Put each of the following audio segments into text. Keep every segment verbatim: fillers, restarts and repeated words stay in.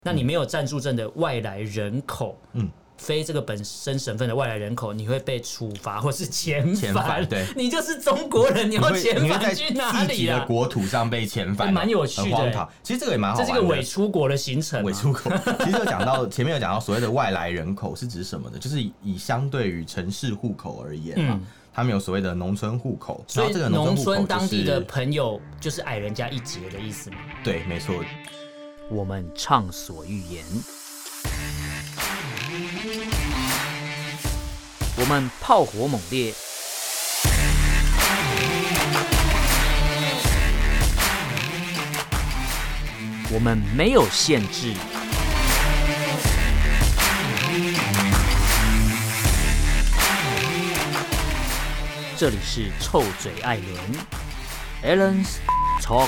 那你没有暂住证的外来人口， 嗯， 非这个本身省份的外来人口，你会被处罚或是遣返。 对， 你就是中国人，你要遣返去哪里啊？ 自己的国土上被遣返， 蛮有趣的， 很荒唐。其实这个也蛮好玩的， 这是一个伪出国的行程。 伪出国，其实有讲到前面有讲到所谓的外来人口是指什么的，就是以相对于城市户口而言嘛。嗯，他们有所谓的农村户口， 所以农村当地的朋友就是矮人家一截的意思嘛？ 对，没错。 我们畅所欲言，我们炮火猛烈，我们没有限制。这里是臭嘴艾伦 Alan's Talk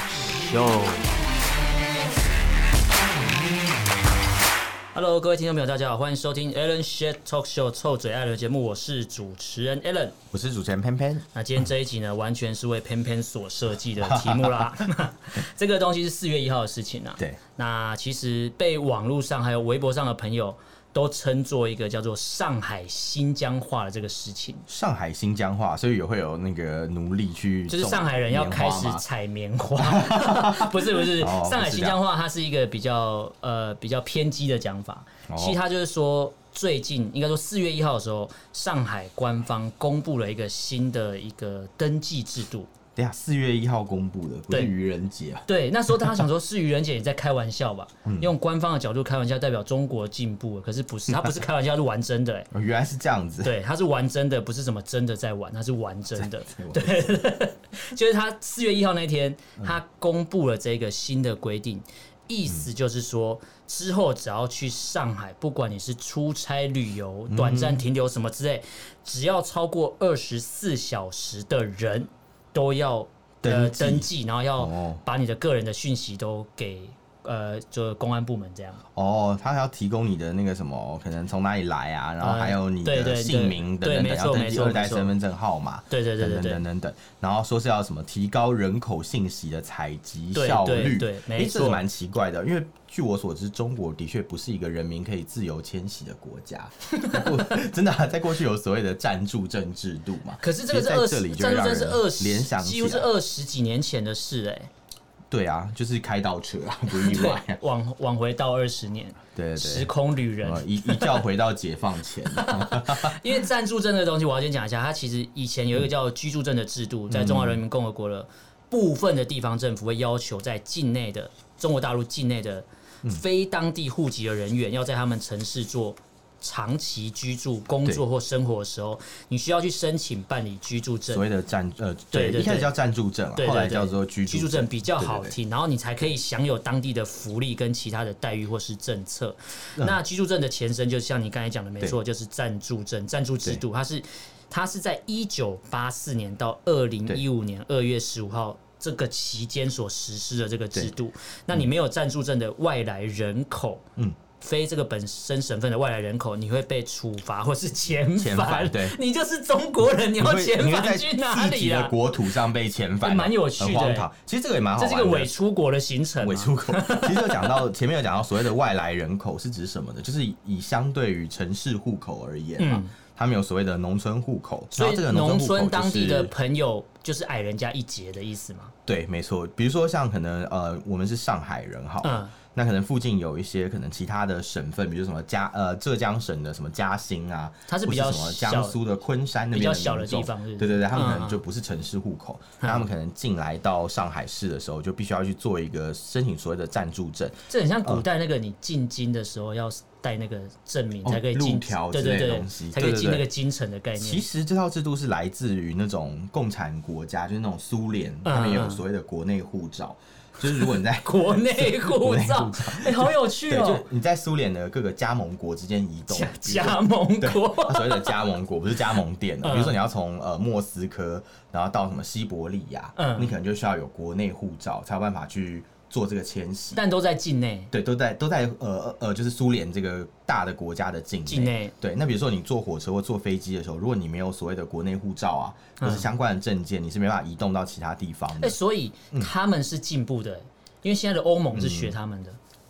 Show。Hello， 各位听众朋友，大家好，欢迎收听 Alan Shit Talk Show 臭嘴艾伦节目，我是主持人 Alan， 我是主持人偏偏。 那今天这一集呢，完全是为偏偏所设计的题目啦。这个东西是四月一号的事情啊。 对。那其实被网络上还有微博上的朋友都称作一个叫做上海新疆话的这个事情。 上海新疆话，所以也会有那个奴隶去， 就是上海人要开始采棉花，不是不是，哦、上海新疆话它是一个比较呃比较偏激的讲法。哦、其实它就是说，最近应该说四月一号的时候，上海官方公布了一个新的一个登记制度。 对啊，四月一号公布的，不是愚人节啊。 对，那时候大家想说是愚人节，你在开玩笑吧？嗯、用官方的角度开玩笑，代表中国进步了。可是不是，他不是开玩笑，是玩真的、欸。 哦，原来是这样子。 对，他是玩真的，不是什么真的在玩，他是玩真的。对，就是他四月一号那天，他公布了这个新的规定，意思就是说，之后只要去上海，不管你是出差、旅游、短暂停留什么之类，只要超过二十四小时的人。都要登 记, 登记，然后要把你的个人的讯息都给呃，就公安部门这样。 哦，他还要提供你的那个什么，可能从哪里来啊，然后还有你的姓名等等等，要登记二代身份证号码， 对对对对等等等等，然后说是要什么提高人口信息的采集效率， 对，没错， 这个蛮奇怪的，因为据我所知，中国的确不是一个人民可以自由迁徙的国家。真的、啊，在过去有所谓的暂住证制度嘛？ 可是这个是二十，暂住证是二十， 联想几乎是二十几年前的事哎、欸。 对啊，就是开倒车啊，不意外、啊。 往往回到二十年， 对对对， 时空旅人， 一一觉回到解放前。 因为暂住证的东西，我要先讲一下，它其实以前有一个叫居住证的制度，在中华人民共和国的部分的地方政府会要求在境内的中国大陆境内的非当地户籍的人员，要在他们城市做长期居住、工作或生活的时候，你需要去申请办理居住证。 所谓的暂呃，对，一开始叫暂住证，后来叫做居住证， 居住证比较好听，然后你才可以享有当地的福利跟其他的待遇或是政策。嗯、那居住证的前身，就像你刚才讲的，没错，就是暂住证、暂住制度，它是它是在一九八四年到二零一五年二月十五号。这个期间所实施的这个制度，那你没有暂住证的外来人口，嗯，非这个本身省份的外来人口，你会被处罚或是遣返。对，你就是中国人，你要遣返去哪里啊？ 自己的国土上被遣返， 蛮有趣的、欸， 很荒唐。其实这个也蛮好玩的， 这是一个伪出国的行程。 伪出国，其实有讲到前面有讲到所谓的外来人口是指什么的，就是以相对于城市户口而言嘛。嗯，他们有所谓的农村户口， 所以农村当地的朋友就是矮人家一截的意思嘛？ 对，没错。比如说像可能呃，我们是上海人好了，嗯，那可能附近有一些可能其他的省份，比如什么嘉呃浙江省的什么嘉兴啊， 它是比较什么江苏的昆山那边的比较小的地方是不是， 对对对，他们可能就不是城市户口，嗯、他们可能进来到上海市的时候，就必须要去做一个申请所谓的暂住证。 这很像古代那个你进京的时候要带那个证明才可以进， 路条之类的东西， 才可以进那个京城的概念。 其实这套制度是来自于那种共产国家，就是那种苏联，他们也有所谓的国内护照。就是如果你在国内护照，哎、欸，好有趣哦！ 就你在苏联的各个加盟国之间移动， 加盟国， 所谓的加盟国不是加盟店的。比如说你要从呃莫斯科，然后到什么西伯利亚，嗯，你可能就需要有国内护照才有办法去做这个迁徙， 但都在境内。 对，都在都在呃呃，就是苏联这个大的国家的境内。 境内。 对，那比如说你坐火车或坐飞机的时候，如果你没有所谓的国内护照啊，或是相关的证件，你是没办法移动到其他地方的。 欸、所以他们是进步的、欸，因为现在的欧盟是学他们的。 嗯，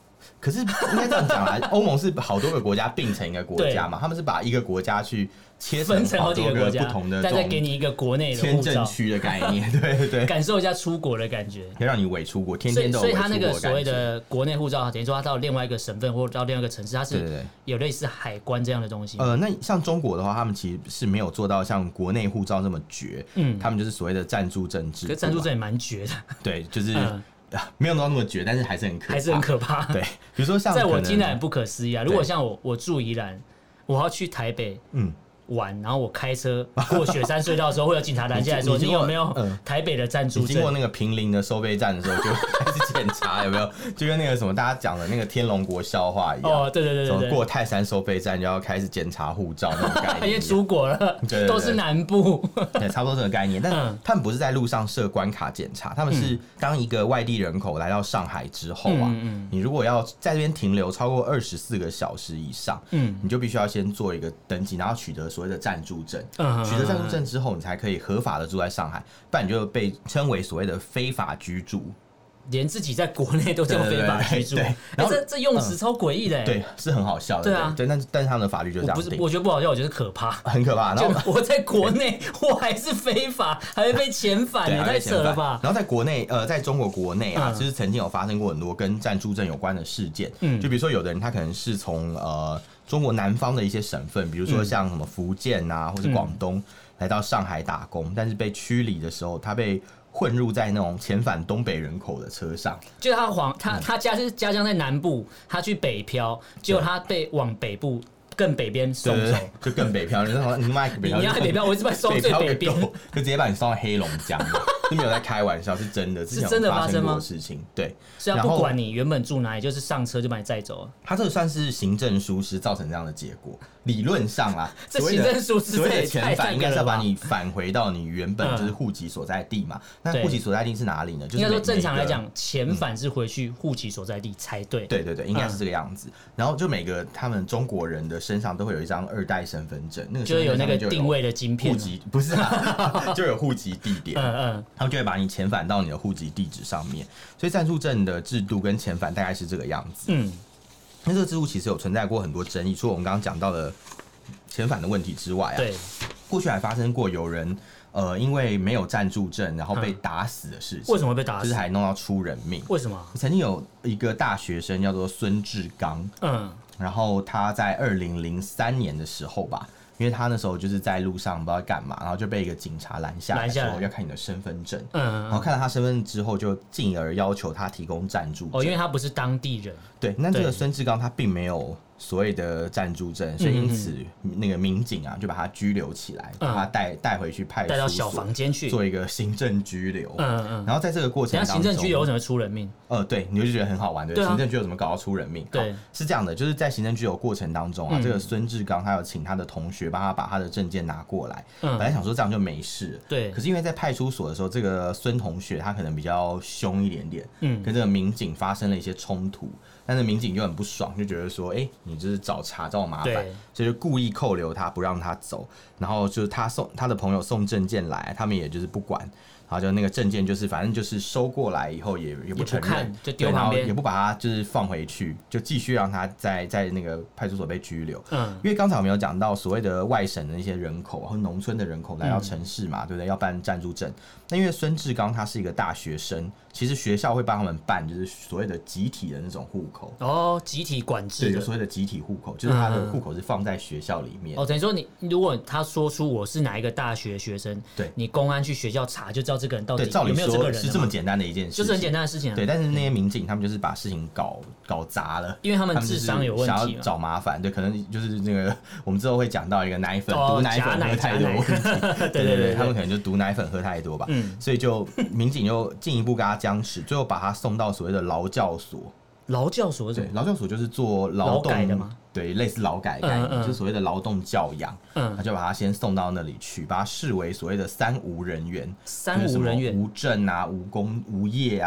可是应该这样讲啦，欧盟是好多个国家并成一个国家嘛，他们是把一个国家去切成好多个不同的， 但再给你一个国内的签证区的概念，对对对， 感受一下出国的感觉， 可以让你伪出国，天天都有伪出国的感觉。 所以他那个所谓的国内护照，等于说他到另外一个省份或到另外一个城市，它是有类似海关这样的东西。 呃，那像中国的话，他们其实是没有做到像国内护照这么绝，嗯，他们就是所谓的暂住证制度， 可是暂住证也蛮绝的， 对，就是。嗯没有到那么绝，但是还是很可怕， 还是很可怕。 对，比如说像在我听来很不可思议啊！如果像我，我住宜兰，我要去台北，嗯。玩，然后我开车过雪山隧道的时候，会有警察拦下来说：“你有没有台北的暂住证？” 你经过那个坪林的收费站的时候，就开始检查有没有，就跟那个什么大家讲的那个天龙国笑话一样。 哦，对对对对， 什么过泰山收费站就要开始检查护照那种概念， 因为出国了，对对对都是南部， 对，差不多这个概念。但是他们不是在路上设关卡检查，他们是当一个外地人口来到上海之后啊，嗯嗯你如果要在这边停留超过二十四个小时以上，嗯，你就必须要先做一个登记，然后取得所谓的暂住证。取得暂住证之后，你才可以合法的住在上海，不然你就被称为所谓的非法居住。 连自己在国内都叫非法居住，然后这这用词超诡异的， 对，是很好笑的，对啊，对，但但是他们的法律就这样定。 我觉得不好笑，我觉得可怕， 很可怕。然后我在国内，我还是非法，还会被遣返，也太扯了吧。 然后在国内，呃，在中国国内啊，其实曾经有发生过很多跟暂住证有关的事件，嗯，就比如说有的人他可能是从呃中国南方的一些省份，比如说像什么福建啊，或者广东，来到上海打工，但是被驱离的时候，他被混入在那种遣返东北人口的车上， 就是他黄他他家是家乡在南部，他去北漂，结果他被往北部更北边送走， 就更北漂。你说你妈北漂， 你要北漂，我一直把你送最北边， 就直接把你送到黑龙江，是没有在开玩笑，是真的， 是真的发生过的事情。对， 是啊，不管你原本住哪里，就是上车就把你载走了。 他这个算是行政疏失造成这样的结果。理论上啦， 这行政疏失所谓的遣返应该是要把你返回到你原本就是户籍所在地嘛。那户籍所在地是哪里呢？就是应该说正常来讲，遣返是回去户籍所在地才对。 对对对，应该是这个样子。然后就每个他们中国人的身上都会有一张二代身份证，那个就有那个定位的晶片， 户籍不是啊，就有户籍地点。嗯嗯，他们就会把你遣返到你的户籍地址上面。所以暂住证的制度跟遣返大概是这个样子。嗯。那这个制度其实有存在过很多争议，除了我们刚刚讲到的遣返的问题之外啊， 对， 过去还发生过有人呃因为没有暂住证，然后被打死的事情。 为什么会被打死？ 就是还弄到出人命。 为什么？ 曾经有一个大学生叫做孙志刚，嗯，然后他在二零零三年的时候吧。因为他那时候就是在路上不知道干嘛，然后就被一个警察拦下来说要看你的身份证，嗯，然后看到他身份证之后，就进而要求他提供暂住证。 哦，因为他不是当地人。 对，那这个孙志刚他并没有所谓的暂住证，所以因此那个民警啊就把他拘留起来，把他带带回去派出所， 带到小房间去做一个行政拘留。嗯嗯。然后在这个过程当中， 行政拘留为什么会出人命？ 呃，对，你就觉得很好玩，对，行政拘留怎么搞到出人命？ 对， 是这样的，就是在行政拘留过程当中啊，这个孙志刚他有请他的同学帮他把他的证件拿过来，本来想说这样就没事， 对。 可是因为在派出所的时候，这个孙同学他可能比较凶一点点，嗯，跟这个民警发生了一些冲突。但是民警就很不爽，就觉得说，哎、欸，你就是找茬找我麻烦，所以就故意扣留他，不让他走。然后就是他送他的朋友送证件来，他们也就是不管，然后就那个证件就是反正就是收过来以后也也不承认， 就丢旁边， 也不把他就是放回去，就继续让他在在那个派出所被拘留。嗯，因为刚才我们有讲到所谓的外省的那些人口和农村的人口来到城市嘛，嗯、对不对？要办暂住证。那因为孙志刚他是一个大学生，其实学校会帮他们办就是所谓的集体的那种户口。 哦，集体管制的， 对，有所谓的集体户口，就是他的户口是放在学校里面。 哦，等于说你如果他说出我是哪一个大学学生， 对， 你公安去学校查就知道这个人到底有没有这个人， 是这么简单的一件事， 就是很简单的事情、啊。 对，但是那些民警他们就是把事情搞搞砸了， 因为他们智商有问题， 想要找麻烦。对，可能就是那个我们之后会讲到一个奶粉，毒、哦、奶粉喝太多问题。对对 对, 對，他们可能就毒奶粉喝太多吧。嗯，所以就民警又进一步跟他僵持，最后把他送到所谓的劳教所。 劳教所是什么？ 对，劳教所就是做劳动改的吗？ 对，类似劳改的概念，嗯嗯就是所谓的劳动教养。嗯，他就把他先送到那里去，把他视为所谓的三无人员， 三无人员， 无证啊、无工、无业啊，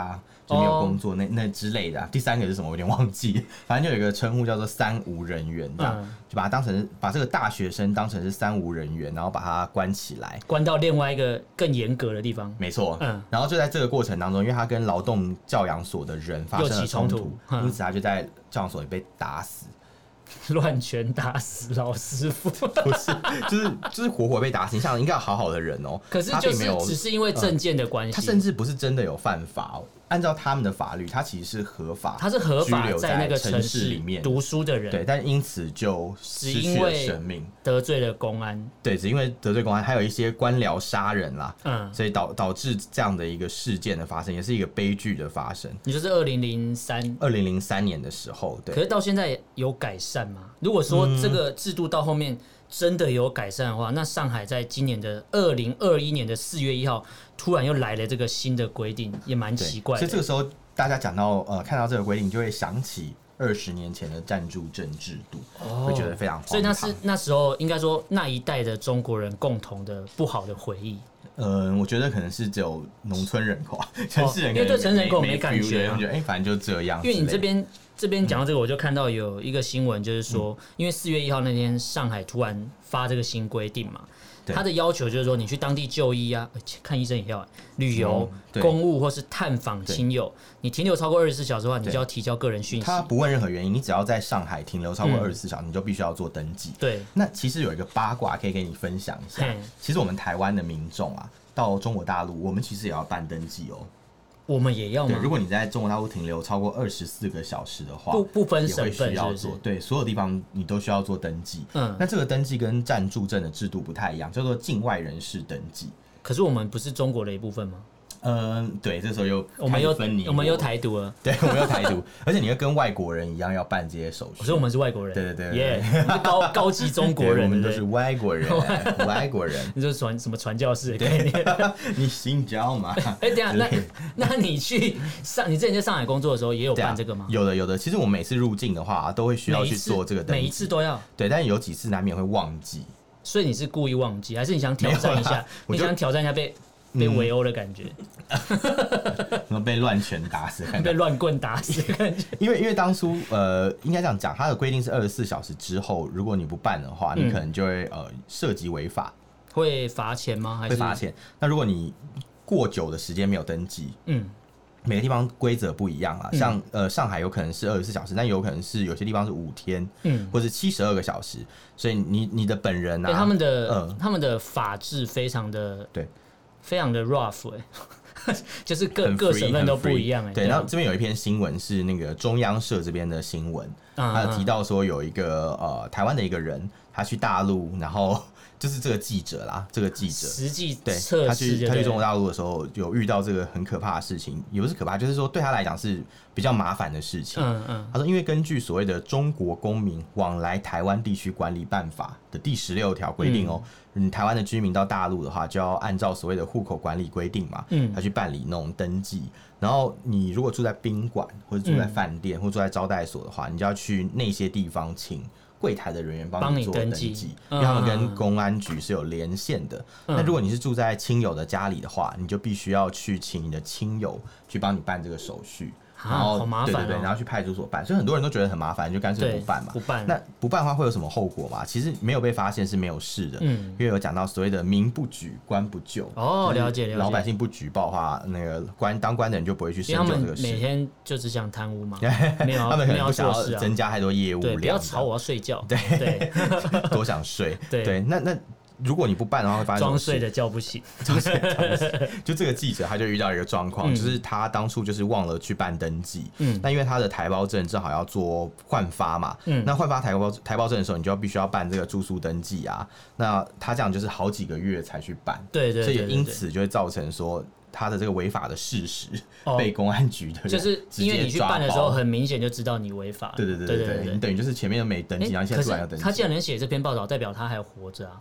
就没有工作那那之类的、啊。第三个是什么？我有点忘记，反正就有一个称呼叫做三无人员，这样、嗯、就把它当成把这个大学生当成是三无人员，然后把它关起来， 关到另外一个更严格的地方。 没错，嗯，然后就在这个过程当中，因为他跟劳动教养所的人发生了冲突，嗯、因此他就在教养所里被打死。 乱拳打死老师傅， 不是，就是就是活活被打死。你想，应该有好好的人哦、喔， 可是就是只是因为政见的关系、嗯， 他甚至不是真的有犯法哦、喔。按照他们的法律，他其实是合法， 他是合法在那个城市里面读书的人， 对，但因此就失去了生命， 得罪了公安， 对，只因为得罪公安，还有一些官僚杀人啦，嗯，所以导导致这样的一个事件的发生，也是一个悲剧的发生。 你说是二零零三， 二零零三年的时候，对， 可是到现在有改善吗？如果说这个制度到后面真的有改善的话，那上海在今年的二零二一年的四月一号，突然又来了这个新的规定，也蛮奇怪的。 所以这个时候。大家讲到呃，看到这个规定，就会想起二十年前的暂住证制度，哦、会觉得非常荒唐。 所以那是那时候应该说那一代的中国人共同的不好的回忆。 呃，我觉得可能是只有农村人口，城市人因为对城市人口没感觉、啊， 觉得哎，反正就这样。 因为你这边这边讲到这个，我就看到有一个新闻，就是说，嗯、因为四月一号那天上海突然发这个新规定嘛。他的要求就是说，你去当地就医啊，看医生也要旅游、嗯、公务或是探访亲友，你停留超过二十四小时的话，你就要提交个人讯息。 他不问任何原因，你只要在上海停留超过二十四小时、嗯，你就必须要做登记。 对， 那其实有一个八卦可以跟你分享一下。其实我们台湾的民众啊，到中国大陆，我们其实也要办登记哦。 我们也要吗？ 对，如果你在中国大陆停留超过二十四个小时的话， 不不分省份， 也会需要做。对，所有地方你都需要做登记。嗯，那这个登记跟暂住证的制度不太一样，叫做境外人士登记。 可是我们不是中国的一部分吗？ 嗯，对，这时候又我们又分你，我们又台独了。 对，我们又台独，而且你会跟外国人一样要办这些手续。 所以我们是外国人。 对对对， 耶、yeah, ，是高高级中国人， 我们都是外国人，外国人。 你就是传什么传教士的概念？ 你信教吗？ 哎、欸，等一下，那那你去上，你之前在上海工作的时候也有办这个吗？ 有的，有的。其实我们每次入境的话，都会需要去做这个登记， 每一次都要。对， 但是有几次难免会忘记。 所以你是故意忘记，还是你想挑战一下？你想挑战一下被？被围殴的感觉， 嗯、被乱拳打死， 被乱棍打死的感觉。 因为因为当初呃，应该这样讲，它的规定是二十四小时之后，如果你不办的话，你可能就会呃涉及违法， 会罚钱吗？还是会罚钱？那如果你过久的时间没有登记，嗯。每个地方规则不一样啊，像呃上海有可能是二十四小时，但有可能是有些地方是五天，嗯，或者七十二个小时，所以你你的本人啊， 欸、他们的、呃、他们的法制非常的对， 非常的 rough 哎、欸，就是各各省份都不一样哎、欸。 对，然后这边有一篇新闻是那个中央社这边的新闻，他有提到说有一个呃台湾的一个人，他去大陆，然后。就是这个记者啦，这个记者实际对他去他去中国大陆的时候，有遇到这个很可怕的事情，也不是可怕，就是说对他来讲是比较麻烦的事情。嗯嗯，他说，因为根据所谓的《中国公民往来台湾地区管理办法》的第十六条规定哦，嗯，台湾的居民到大陆的话，就要按照所谓的户口管理规定嘛，嗯，他去办理那种登记。然后你如果住在宾馆或者住在饭店、嗯、或者住在招待所的话，你就要去那些地方请。柜台的人员帮你做登记，因为他们跟公安局是有连线的。嗯、那如果你是住在亲友的家里的话，你就必须要去请你的亲友去帮你办这个手续。然后， 好麻烦、哦、 对对对，然后去派出所办，所以很多人都觉得很麻烦，就干脆不办嘛。 不办， 那不办的话会有什么后果嘛？其实没有被发现是没有事的，嗯，因为有讲到所谓的民不举，官不究。 哦，了解了解。 老百姓不举报的话，那个官当官的人就不会去深究这个事。 每天就只想贪污嘛，没有， 他们可能不想要增加太多业务量。 对，不要吵，我要睡觉。 对对，多想睡。对对，那那。如果你不办的话，会发现装睡的叫不醒。 就这个记者他就遇到一个状况、嗯，就是他当初就是忘了去办登记。嗯，那因为他的台胞证正好要做换发嘛。嗯，那换发台胞台胞证的时候，你就要必须要办这个住宿登记啊。那他这样就是好几个月才去办。 对 对, 对, 对, 对, 对， 所以因此就会造成说。他的这个违法的事实被公安局的人就是因为你去办的时候，很明显就知道你违法。 对对对对对，你等于就是前面都没登记，然后现在突然要登记。 他既然能写这篇报道，代表他还活着啊。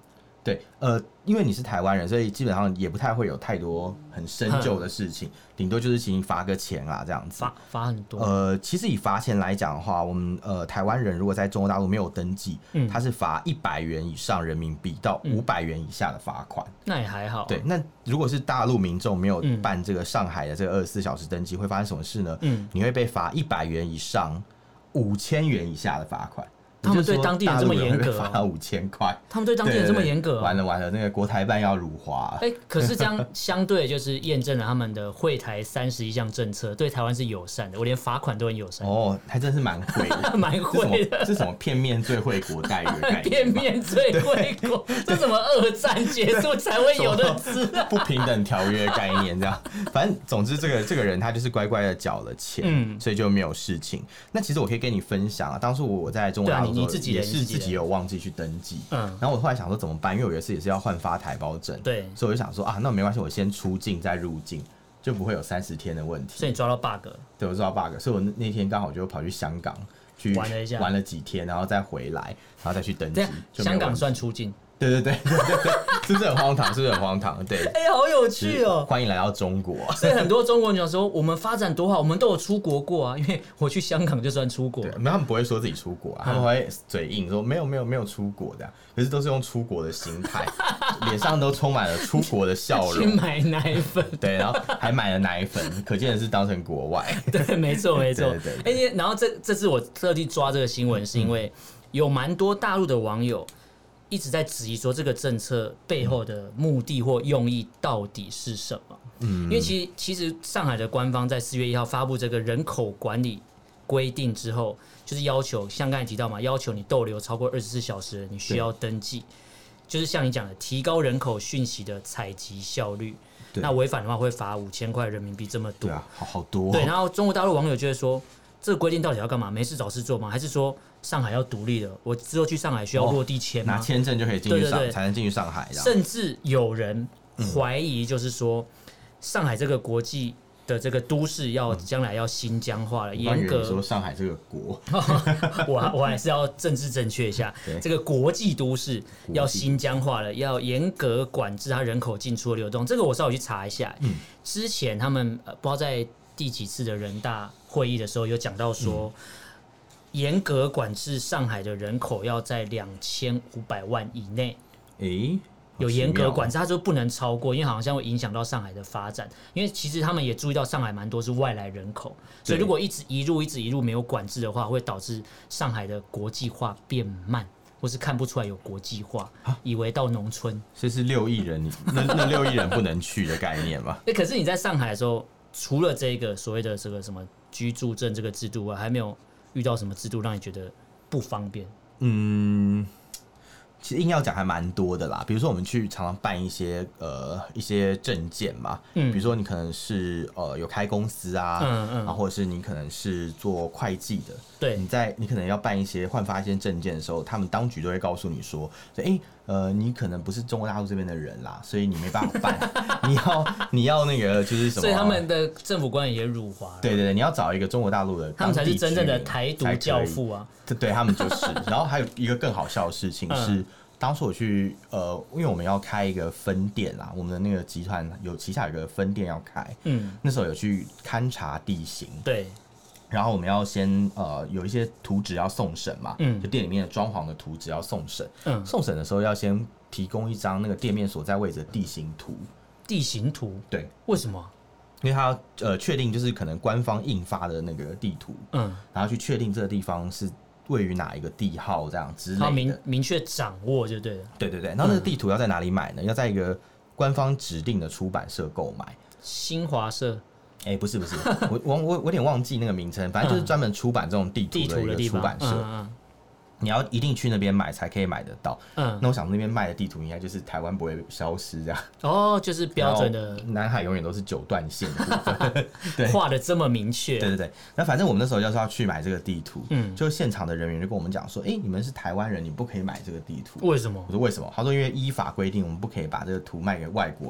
对，呃，因为你是台湾人，所以基本上也不太会有太多很深究的事情，顶多就是请你罚个钱啊这样子。 罚罚很多。 呃，其实以罚钱来讲的话，我们呃台湾人如果在中国大陆没有登记，嗯，他是罚一百元以上人民币到五百元以下的罚款。嗯， 那也还好。 对，那如果是大陆民众没有办这个上海的这个二十四小时登记，会发生什么事呢？嗯，你会被罚一百元以上五千元以下的罚款。 他们对当地人这么严格， 罚五千块。 他们对当地人这么严格， 完了完了，那个国台办要辱华。 哎，可是这样相对就是验证了他们的惠台三十一项政策对台湾是友善的，我连罚款都很友善。 哦，还真是蛮会的， 蛮会的。 这是什么片面最惠国待遇的概念？ 片面最惠国，这什么二战结束才会有的词？ 不平等条约概念这样。反正总之，这个这个人他就是乖乖的缴了钱，嗯，所以就没有事情。那其实我可以跟你分享啊，当初我在中国大陆的时候也是。自己有忘记去登记，嗯，然后我后来想说怎么办，因为我有一次也是要换发台胞证， 对， 所以我就想说啊，那没关系，我先出境再入境，就不会有三十天的问题。 所以你抓到 bug， 对，我抓到 bug， 所以我那天刚好就跑去香港去玩了一下， 玩了几天，然后再回来，然后再去登记。 香港算出境？ 对对对对对对，是不是很荒唐？是不是很荒唐？对， 哎、欸，好有趣哦！ 欢迎来到中国。 所以很多中国人讲说，我们发展多好，我们都有出国过啊。因为我去香港就算出国， 对，他们不会说自己出国、啊，他们会嘴硬说没有没有没有出国的，可是都是用出国的心态，脸上都充满了出国的笑容。 去买奶粉， 对，然后还买了奶粉，可见的是当成国外。 对，没错没错。 对对对。 欸、然后这这次我特地抓这个新闻，是因为有蛮多大陆的网友。一直在质疑说这个政策背后的目的或用意到底是什么？嗯，因为其实其实上海的官方在四月一号发布这个人口管理规定之后，就是要求像刚才提到嘛，要求你逗留超过二十四小时，你需要登记，就是像你讲的，提高人口讯息的采集效率。那违反的话会罚五千块人民币这么多， 对啊，好好多、哦。 对，然后中国大陆网友就会说，这个规定到底要干嘛？没事找事做吗？还是说？上海要独立了，我之后去上海需要落地签吗？ 拿签证就可以进去上，对对对，才能进去上海。 甚至有人怀疑，就是说、嗯、上海这个国际的这个都市要将来要新疆化了，严、嗯、格说上海这个国， 我我还是要政治正确一下，这个国际都市要新疆化了，要严格管制它人口进出的流动。这个我稍微去查一下，嗯、之前他们不知道在第几次的人大会议的时候有讲到说。嗯严格管制上海的人口要在两千五百万以内， 欸、 有严格管制，他说不能超过，因为好像会影响到上海的发展。因为其实他们也注意到上海蛮多是外来人口，所以如果一直一入一直一入没有管制的话，会导致上海的国际化变慢，或是看不出来有国际化，以为到农村。 这是六亿人，那那六亿人不能去的概念嘛？ 可是你在上海的时候，除了这个所谓的这个什么居住证这个制度啊，还没有。遇到什么制度让你觉得不方便？ 嗯，其实硬要讲还蛮多的啦。比如说我们去常常办一些呃一些证件嘛，嗯，比如说你可能是呃有开公司啊，嗯嗯，啊，或者是你可能是做会计的， 对， 你在你可能要办一些换发一些证件的时候，他们当局都会告诉你说，哎、欸。呃，你可能不是中国大陆这边的人啦，所以你没办法办。你要你要那个就是什么？ 所以他们的政府官员也辱华了。 对对对，你要找一个中国大陆的， 他们才是真正的台独教父啊！ 对对，他们就是。然后还有一个更好笑的事情是，嗯、当初我去呃，因为我们要开一个分店啦，我们的那个集团有旗下有一个分店要开，嗯，那时候有去勘察地形， 对。 然后我们要先呃有一些图纸要送审嘛，嗯，就店里面的装潢的图纸要送审，嗯，送审的时候要先提供一张那个店面所在位置的地形图。 地形图， 对， 为什么？ 因为他要呃确定就是可能官方印发的那个地图，嗯，然后去确定这个地方是位于哪一个地号这样之类的， 明明确掌握就对了。 对对对，然后那个地图要在哪里买呢？要在一个官方指定的出版社购买， 新华社。 哎、欸，不是不是，我我我有点忘记那个名称，反正就是专门出版这种地图的一个出版社。嗯嗯、你要一定去那边买才可以买得到。嗯，那我想那边卖的地图应该就是台湾不会消失这样。 哦，就是标准的。 南海永远都是九段线的部分，对， 画的这么明确。 对对对，那反正我们那时候就是要去买这个地图，嗯，就现场的人员就跟我们讲说，哎、欸，你们是台湾人，你不可以买这个地图。 为什么？ 我说为什么？他说因为依法规定，我们不可以把这个图卖给外国人。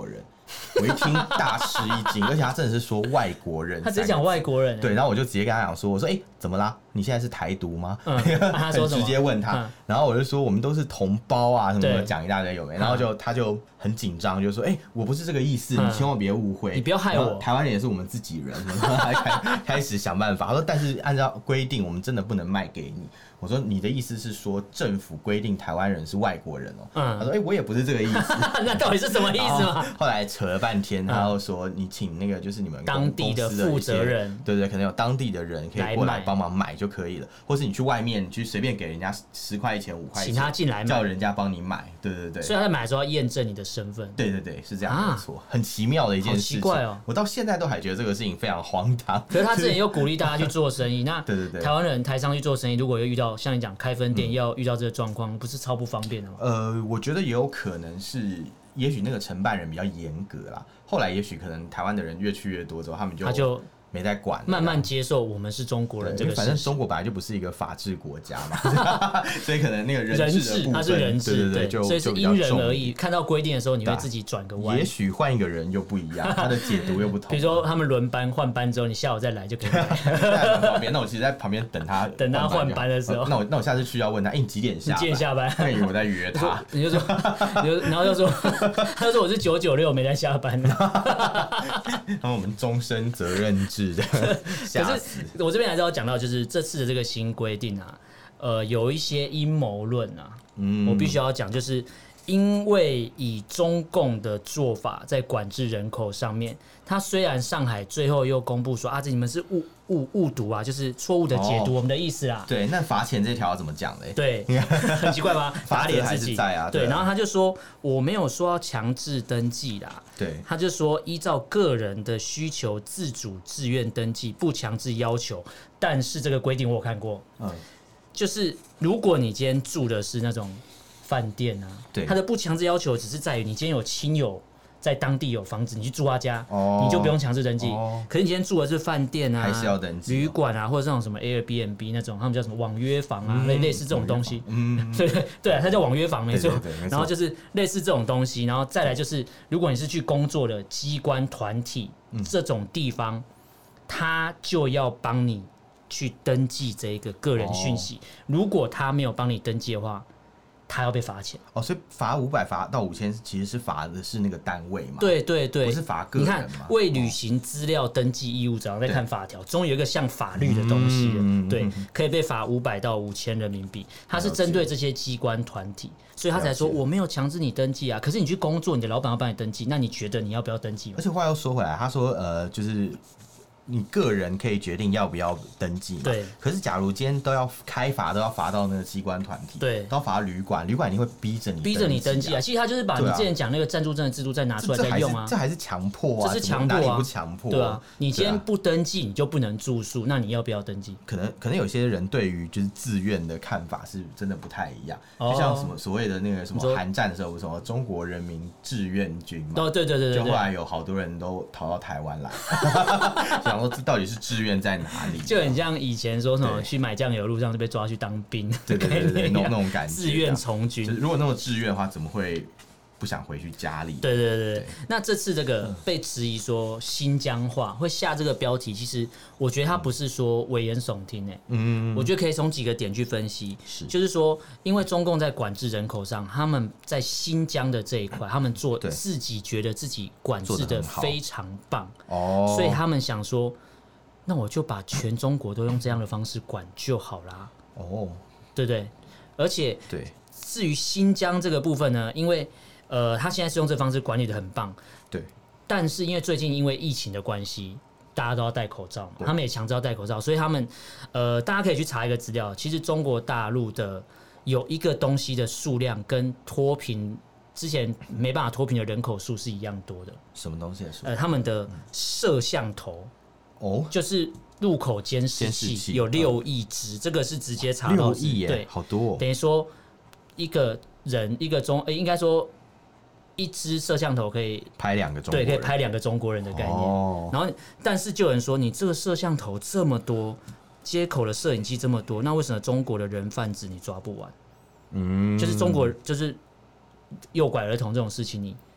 我一听大吃一惊，而且他真的是说外国人， 他直接讲外国人、欸， 对，然后我就直接跟他讲说，我说哎、欸，怎么啦？你现在是台独吗？ 嗯，他说什么？ 直接问他、嗯，然后我就说我们都是同胞啊，什么的，讲一大堆有没？然后就他就很紧张，就说哎、欸，我不是这个意思，你千万别误会， 你不要害我。 台湾人也是我们自己人，然后他开开始想办法。他说，但是按照规定，我们真的不能卖给你。我说你的意思是说政府规定台湾人是外国人哦、喔？嗯，他说哎、欸，我也不是这个意思。 那到底是什么意思吗？ 后来扯了半天，他又说你请那个就是你们当地的负责人， 对 对, 對，可能有当地的人可以过来帮忙买就可以了，或是你去外面你去随便给人家十块钱五块钱， 请他进来买， 叫人家帮你买，对对对。 所以他在买的时候要验证你的身份。 对对对，是这样没错、啊，很奇妙的一件事情。 好奇怪哦， 我到现在都还觉得这个事情非常荒唐。 可是他之前又鼓励大家去做生意，那对对对， 台湾人台商去做生意，如果又遇到像你讲开分店、嗯、要遇到这个状况，不是超不方便的吗？ 呃，我觉得也有可能是，也许那个承办人比较严格啦。后来也许可能台湾的人越去越多之后，他们就他就没在管， 慢慢接受我们是中国人这个事。 反正中国本来就不是一个法治国家嘛，所以可能那个人治的部分， 它是人治， 对对对，就所以是因人而异。看到规定的时候，你会自己转个弯。 也许换一个人又不一样，他的解读又不同。 比如说他们轮班换班之后，你下午再来就可以来。 旁边，那我其实在旁边等他， 等他换班的时候， 那我那我下次去要问他，哎、欸，你几点下班？ 你几点下班？ 他以为我在约他， 你就说，你就然后就说，他就说我是九九六没在下班的。 然后我们终身责任制的。 可是我这边还是要讲到，就是这次的这个新规定啊，呃，有一些阴谋论啊，嗯，我必须要讲，就是因为以中共的做法在管制人口上面，它虽然上海最后又公布说啊，这你们是误误误读啊，就是错误的解读我们的意思啦。 哦、对，那罚钱这条要怎么讲嘞？ 对，很奇怪吧？打脸自己在啊。 对，然后他就说我没有说要强制登记啦。 对， 他就说依照个人的需求自主自愿登记，不强制要求。但是这个规定我有看过，嗯，就是如果你今天住的是那种饭店啊，对，他的不强制要求只是在于你今天有亲友在当地有房子，你去住他家，哦、你就不用强制登记。哦、可是你今天住的是饭店啊， 还是要登记、 旅馆啊，或者这种什么 Airbnb 那种，他们叫什么网约房啊，类、嗯、类似这种东西。嗯，对对对啊，它叫网约房没错。然后就是类似这种东西，然后再来就是，如果你是去工作的机关团体、嗯、这种地方，他就要帮你去登记这个个人讯息。哦、如果他没有帮你登记的话，他要被罚钱哦，所以罚五百罚到五千，其实是罚的是那个单位嘛？ 对对对， 不是罚个人嘛？ 你看，未履行资料登记义务，只要在看法条，终于有一个像法律的东西了，嗯、对，可以被罚五百到五千人民币。它是针对这些机关团体，所以他才说我没有强制你登记啊。可是你去工作，你的老板要帮你登记，那你觉得你要不要登记吗？ 而且话又说回来，他说呃，就是。你个人可以决定要不要登记嘛？ 对。 可是假如今天都要开罚，都要罚到那个机关团体， 对， 都要罚旅馆，旅馆一定会逼着你、啊， 逼着你登记啊。其实他就是把你之前讲那个暂住证的制度再拿出来再用啊。 这还是强迫啊， 这是强迫啊， 不强迫、啊？ 对啊，你今天不登记，你就不能住宿，那你要不要登记？ 可能可能有些人对于就是自愿的看法是真的不太一样，哦、就像什么所谓的那个什么韩战的时候，什么中国人民志愿军嘛， 哦，对对对 对, 對， 就后来有好多人都逃到台湾来，想说这到底是志愿在哪里？ 就很像以前说什么去买酱油路上就被抓去当兵， 对对对对，那种那种感觉， 自愿从军。 如果那么志愿的话，怎么会不想回去家里？ 对对 对, 對。那这次这个被质疑说新疆话会下这个标题，其实我觉得他不是说危言耸听诶，嗯，我觉得可以从几个点去分析，是就是说，因为中共在管制人口上，他们在新疆的这一块，他们做自己觉得自己管制的非常棒哦，所以他们想说。那我就把全中国都用这样的方式管就好啦。哦，对不对？而且，对，至于新疆这个部分呢，因为呃，他现在是用这方式管理的很棒， 对。 但是因为最近因为疫情的关系，大家都要戴口罩嘛，他们也强制要戴口罩，所以他们呃，大家可以去查一个资料，其实中国大陆的有一个东西的数量跟脱贫之前没办法脱贫的人口数是一样多的。 什么东西的数？ 呃，他们的摄像头。哦，就是路口监视器有六亿只，这个是直接查到六亿耶， 对， 好多、哦。 等于说一个人一个中，欸、应该说一支摄像头可以拍两个中国人， 对，可以拍两个中国人的概念。哦、然后，但是就有人说，你这个摄像头这么多，接口的摄影机这么多，那为什么中国的人贩子你抓不完？嗯，就是中国就是诱拐儿童这种事情你。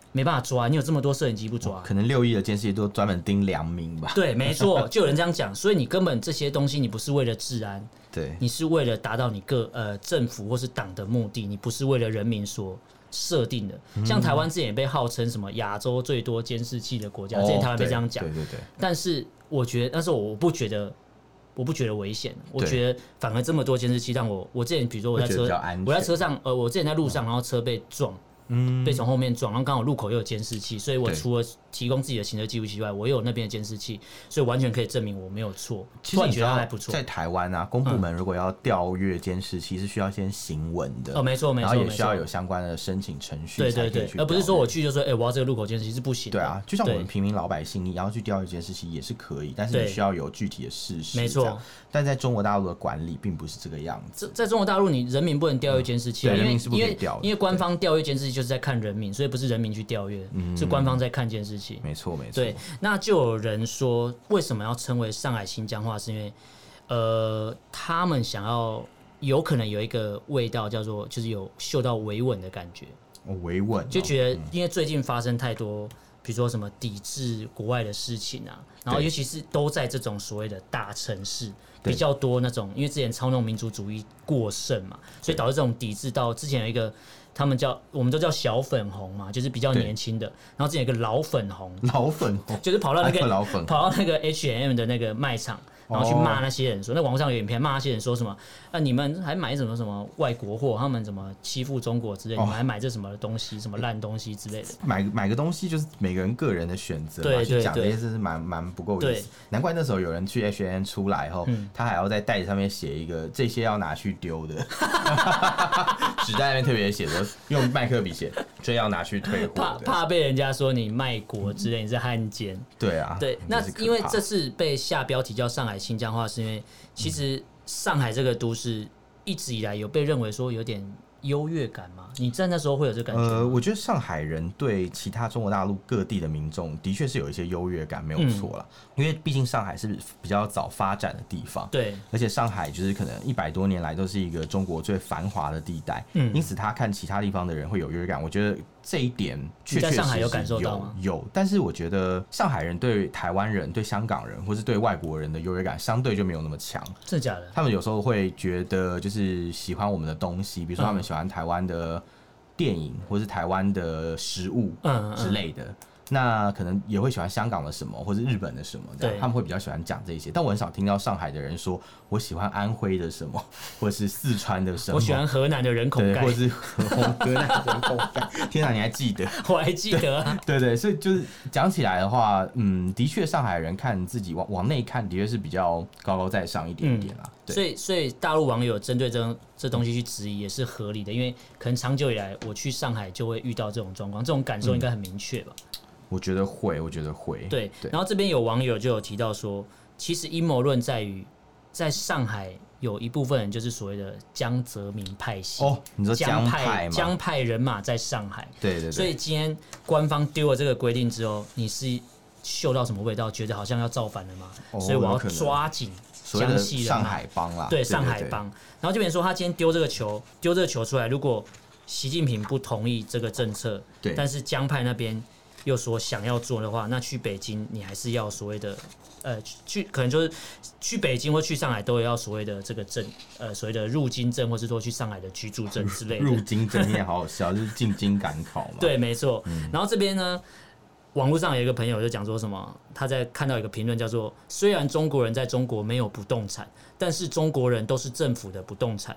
没办法抓，你有这么多摄影机不抓， 可能六亿的监视器都专门盯良民吧。 对，没错，就有人这样讲，所以你根本这些东西你不是为了治安， 对， 你是为了达到你个呃政府或是党的目的，你不是为了人民所设定的。像台湾之前也被号称什么亚洲最多监视器的国家， 哦、 之前台湾被这样讲， 对对对。 但是我觉得，但是我不觉得。我不觉得危险，我觉得反而这么多监视器让我，我之前比如说我在车，我在车上，呃，我之前在路上，然后车被撞，嗯，被从后面撞，然后刚好路口又有监视器，所以我除了提供自己的行车记录器外，我又有那边的监视器，所以完全可以证明我没有错。 其实你觉得还不错。 在台湾啊，公部门如果要调阅监视器，是需要先行文的。 哦，没错没错， 然后也需要有相关的申请程序。 对对对，而不是说我去就说，哎、欸，我要这个路口监视器是不行的。 对啊，就像我们平民老百姓，你要去调阅监视器也是可以，但是你需要有具体的事实。 没错。 但在中国大陆的管理并不是这个样子。 在中国大陆，你人民不能调阅监视器、啊， 嗯、人民是不可以调的， 因为官方调阅监视器就是在看人民，所以不是人民去调阅，嗯、是官方在看监视器。 没错没错。 对，那就有人说，为什么要称为上海新疆话？是因为，呃，他们想要有可能有一个味道，叫做就是有嗅到维稳的感觉。 哦，维稳、哦， 就觉得因为最近发生太多。比如说什么抵制国外的事情啊，然后尤其是都在这种所谓的大城市比较多那种，因为之前操弄民族主义过剩嘛，所以导致这种抵制到之前有一个他们叫我们都叫小粉红嘛，就是比较年轻的，然后之前有一个老粉红， 老粉红就是跑到那个老粉跑到那个 H and M 的那个卖场。然后去骂那些人说，那网络上有影片骂那些人说什么？啊，你们还买什么什么外国货？他们怎么欺负中国之类？你们还买这什么东西？什么烂东西之类的？ 买买个东西就是每个人个人的选择嘛，去讲这些事是蛮蛮不够意思。难怪那时候有人去 H and M 出来后，嗯、他还要在袋子上面写一个这些要拿去丢的，纸袋那边特别写说用麦克笔写，这要拿去退货的， 怕怕被人家说你卖国之类，你是汉奸。 对啊， 对，那因为这次被下标题叫上海新疆话，是因为其实上海这个都市一直以来有被认为说有点优越感吗？你在那时候会有这感觉吗？ 呃，我觉得上海人对其他中国大陆各地的民众的确是有一些优越感，没有错啦。嗯、因为毕竟上海是比较早发展的地方， 对， 而且上海就是可能一百多年来都是一个中国最繁华的地带，嗯，因此他看其他地方的人会有优越感。我觉得这一点确确实实有感受到吗？ 有，但是我觉得上海人对台湾人、对香港人或是对外国人的优越感相对就没有那么强。 真的假的？ 他们有时候会觉得就是喜欢我们的东西，比如说他们喜欢台湾的电影或是台湾的食物之类的。嗯嗯那可能也会喜欢香港的什么，或是日本的什么，这样他们会比较喜欢讲这些。但我很少听到上海的人说我喜欢安徽的什么，或是四川的什么。 我喜欢河南的人口盖， 或是河河南的人口盖。天哪，你还记得？ 我还记得、啊。 对 对, 对，所以就是讲起来的话，嗯，的确上海人看自己往往内看，的确是比较高高在上一点点啦。嗯、对所以所以大陆网友针对这这东西去质疑也是合理的，因为可能长久以来我去上海就会遇到这种状况，这种感受应该很明确吧。嗯我觉得会，我觉得会。 对，对然后这边有网友就有提到说，其实阴谋论在于，在上海有一部分人就是所谓的江泽民派系。 哦，你说江派吗？ 江派人马在上海。 对对对。 所以今天官方丢了这个规定之后，你是嗅到什么味道？觉得好像要造反了吗？哦、所以我要抓紧江系人马。 上海帮啦。 对，上海帮。然后就变成说，他今天丢这个球，丢这个球出来，如果习近平不同意这个政策，对，但是江派那边又说想要做的话，那去北京你还是要所谓的，呃，去可能就是去北京或去上海都要所谓的这个证，呃，所谓的入京证，或是说去上海的居住证之类的。 入京证也好好笑，就是进京赶考嘛。 对，没错。嗯、然后这边呢，网络上有一个朋友就讲说什么，他在看到一个评论叫做：虽然中国人在中国没有不动产，但是中国人都是政府的不动产。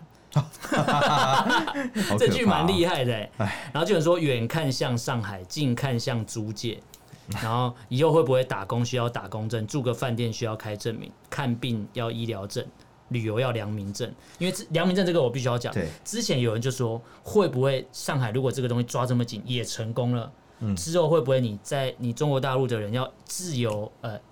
这句蛮厉害的、欸，然后就有人说远看像上海，近看像租界，然后以后会不会打工需要打工证，住个饭店需要开证明，看病要医疗证，旅游要良民证。因为良民证这个我必须要讲，之前有人就说会不会上海如果这个东西抓这么紧也成功了，嗯、之后会不会你在你中国大陆的人要自由呃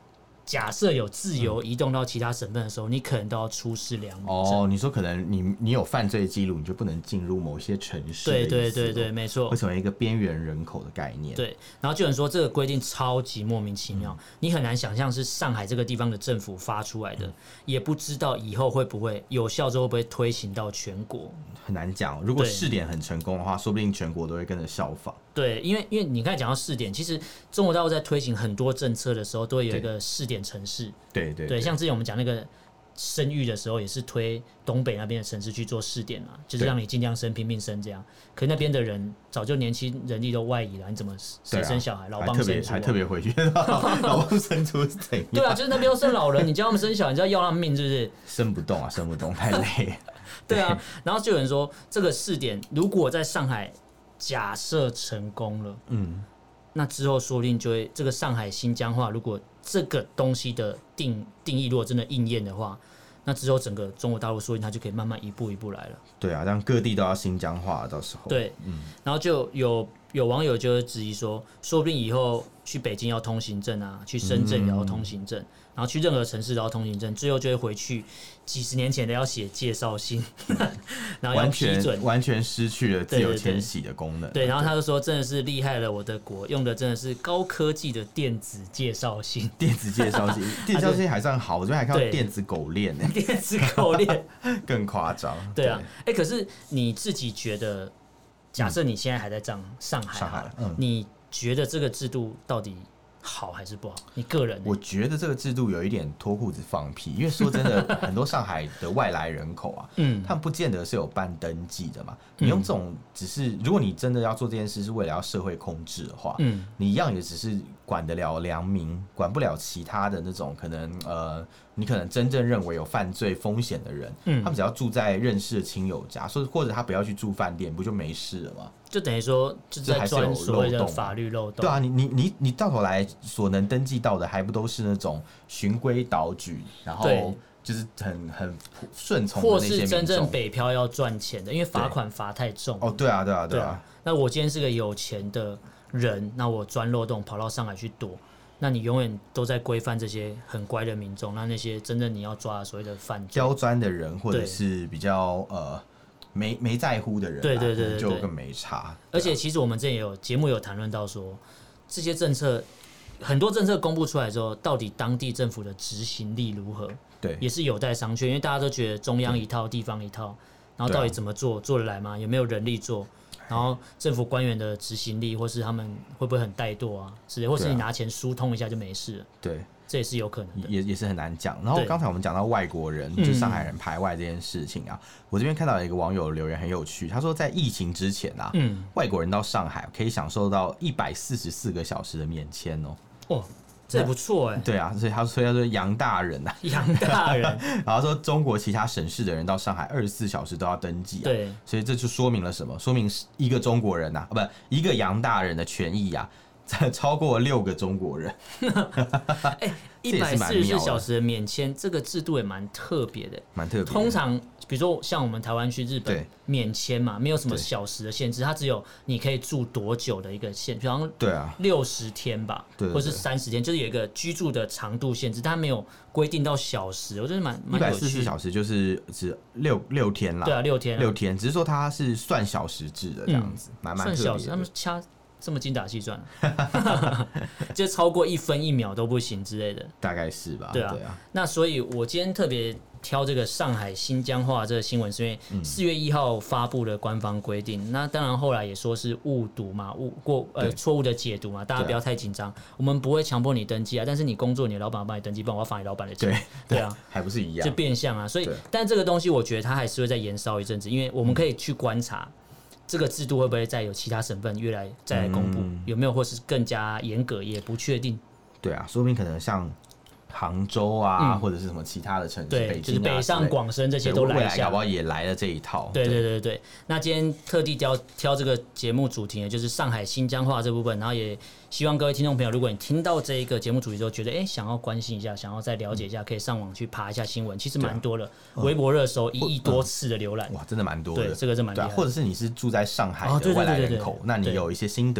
假设有自由移动到其他省份的时候，嗯、你可能都要出示良民证。 哦，你说可能你你有犯罪记录，你就不能进入某些城市。 对对对对，没错， 会成为一个边缘人口的概念。 对，然后就有人说这个规定超级莫名其妙，嗯、你很难想象是上海这个地方的政府发出来的，嗯、也不知道以后会不会有效之后会不会推行到全国， 很难讲。如果试点很成功的话，说不定全国都会跟着效仿。 对，因为因为你刚才讲到试点，其实中国大陆在推行很多政策的时候，都会有一个试点城市。 对对 对, 对，像之前我们讲那个生育的时候，也是推东北那边的城市去做试点嘛，就是让你尽量生、拼命生这样。可那边的人早就年轻人力都外移了，你怎么谁生小孩？啊、老帮生出、啊， 还特别回去，老帮生出是怎样？ 对啊，就是那边都生老人，你叫他们生小孩，你知道要他们命是不是？ 生不动啊，生不动，太累。 对啊，然后就有人说，这个试点如果在上海假设成功了，嗯，那之后说不定就会这个上海新疆话，如果这个东西的定定义如果真的应验的话，那之后整个中国大陆说不定它就可以慢慢一步一步来了。 对啊，让各地都要新疆话，到时候对，嗯，然后就有有网友就会质疑说，说不定以后去北京要通行证啊，去深圳也要通行证。嗯，然后去任何城市都要通行证，最后就会回去几十年前的要写介绍信，然后要批准， 完全失去了自由迁徙的功能。 对，对，然后他就说，真的是厉害了我的国，用的真的是高科技的电子介绍信。 电子介绍信，电子介绍信还算好，我这边还看到电子狗链呢。 电子狗链更夸张。 对啊，哎，可是你自己觉得，假设你现在还在上上海， 上海，嗯， 你觉得这个制度到底好还是不好？你个人、欸， 我觉得这个制度有一点脱裤子放屁，因为说真的，很多上海的外来人口啊，嗯，他们不见得是有办登记的嘛。你用这种只是，如果你真的要做这件事是为了要社会控制的话，嗯，你一样也只是管得了良民，管不了其他的那种可能呃，你可能真正认为有犯罪风险的人，嗯，他们只要住在认识的亲友家，或者他不要去住饭店，不就没事了吗？ 就等于说，就在钻所谓的法律漏洞。 对啊，你你你你到头来所能登记到的，还不都是那种循规蹈矩，然后就是很很顺从的那些民众， 或是真正北漂要赚钱的，因为罚款罚太重。 哦，对啊，对啊，对啊。对啊， 那我今天是个有钱的人，那我钻漏洞跑到上海去躲，那你永远都在规范这些很乖的民众，那那些真正你要抓的所谓的犯罪刁钻的人，或者是比较呃。没没在乎的人、啊， 对对 对, 对, 对， 就更没差。啊、 而且其实我们之前有节目有谈论到说，这些政策很多政策公布出来之后，到底当地政府的执行力如何？ 对， 也是有待商榷。因为大家都觉得中央一套，地方一套，然后到底怎么做，做得来吗？有没有人力做？然后政府官员的执行力，或是他们会不会很怠惰啊？是，或是你拿钱疏通一下就没事了？ 对。 这也是有可能的， 也也是很难讲。然后刚才我们讲到外国人，就上海人排外这件事情啊，嗯、我这边看到有一个网友留言很有趣，他说在疫情之前啊，嗯、外国人到上海可以享受到一百四十四个小时的免签哦。 哦，这也不错哎、欸。 对啊，所以他说他说杨大人啊， 杨大人， 然后说中国其他省市的人到上海二十四小时都要登记啊。 对， 所以这就说明了什么？说明一个中国人啊，不，一个杨大人的权益啊。超过六个中国人， 哎，一百四十四小时的免签，这个制度也蛮特别的， 蛮特别。 通常，比如说像我们台湾去日本免签嘛，没有什么小时的限制，它只有你可以住多久的一个限，比方对啊，六十天吧，对对对，或是三十天，就是有一个居住的长度限制，但它没有规定到小时，我觉得蛮蛮有趣。 一百四十四小时就是只六六天啦， 对啊，六天、啊， 六天，只是说它是算小时制的这样子，蛮蛮、嗯、特别的。算小时， 他们掐。这么精打细算，就超过一分一秒都不行之类的， 大概是吧？ 对啊，对啊。那所以，我今天特别挑这个上海新疆话这个新闻，是因为四月一号发布的官方规定。嗯、那当然后来也说是误读嘛，误过呃错误的解读嘛，大家不要太紧张。我们不会强迫你登记啊，但是你工作，你的老板帮你登记，不然我要罚你老板的钱。对对啊， 还不是一样， 就变相啊。所以，但这个东西我觉得它还是会再延烧一阵子，因为我们可以去观察。嗯，这个制度会不会再有其他省份越来再来公布、嗯？有没有或是更加严格？也不确定。 对啊，说不定可能像杭州啊，嗯、或者是什么其他的城市， 对， 北京、啊、 就是北上广深这些都来一下， 未来搞不好也来了这一套。 对对对对。那今天特地挑挑这个节目主题呢，就是上海新疆话这部分，然后也希望各位听众朋友，如果你听到这一个节目主题之后，觉得哎、欸、想要关心一下，想要再了解一下，嗯、可以上网去爬一下新闻，其实蛮多的，嗯、微博热搜一亿多次的浏览、 嗯，哇，真的蛮多的。 对，这个是蛮厉害的。 或者是你是住在上海的外来人口，那你有一些心得。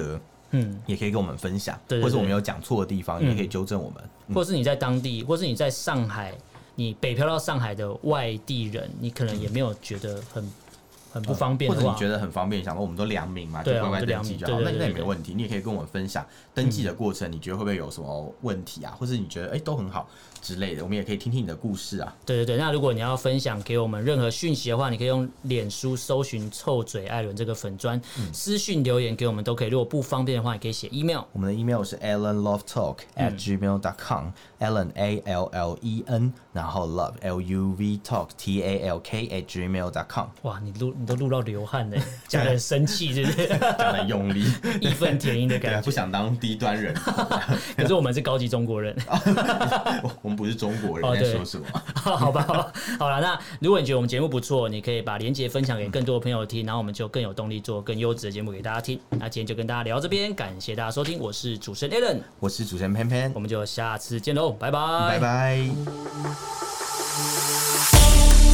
嗯，也可以跟我们分享，对对对，或者我们有讲错的地方，也可以纠正我们。 嗯、或是你在当地，或是你在上海，你北漂到上海的外地人，你可能也没有觉得很。很不方便的话、 嗯，或者你觉得很方便，想说我们都良民嘛，就乖乖登记就好，那那也没问题。你也可以跟我们分享登记的过程，你觉得会不会有什么问题啊？或是你觉得哎、欸、都很好之类的，我们也可以听听你的故事啊。 对对对，那如果你要分享给我们任何讯息的话，你可以用脸书搜寻臭嘴艾伦这个粉专、嗯、私讯留言给我们都可以。如果不方便的话，你可以写 email， 我们的 email 是 allenlovetalk at gmail dot com，allen a l l e n， 然后 love l u v talk t a l k at gmail dot com。 哇，你录你都录到流汗嘞，讲得很生气，是不是？ 讲得很用力， 义愤填膺的感觉。 不想当低端人， 可是我们是高级中国人。 我们不是中国人，在说什么？ 好吧，好了，那如果你觉得我们节目不错，你可以把连结分享给更多的朋友听，然后我们就更有动力做更优质的节目给大家听。那今天就跟大家聊到这边，感谢大家收听，我是主持人 Allen， 我是主持人偏偏， 我们就下次见喽，拜拜， 拜拜。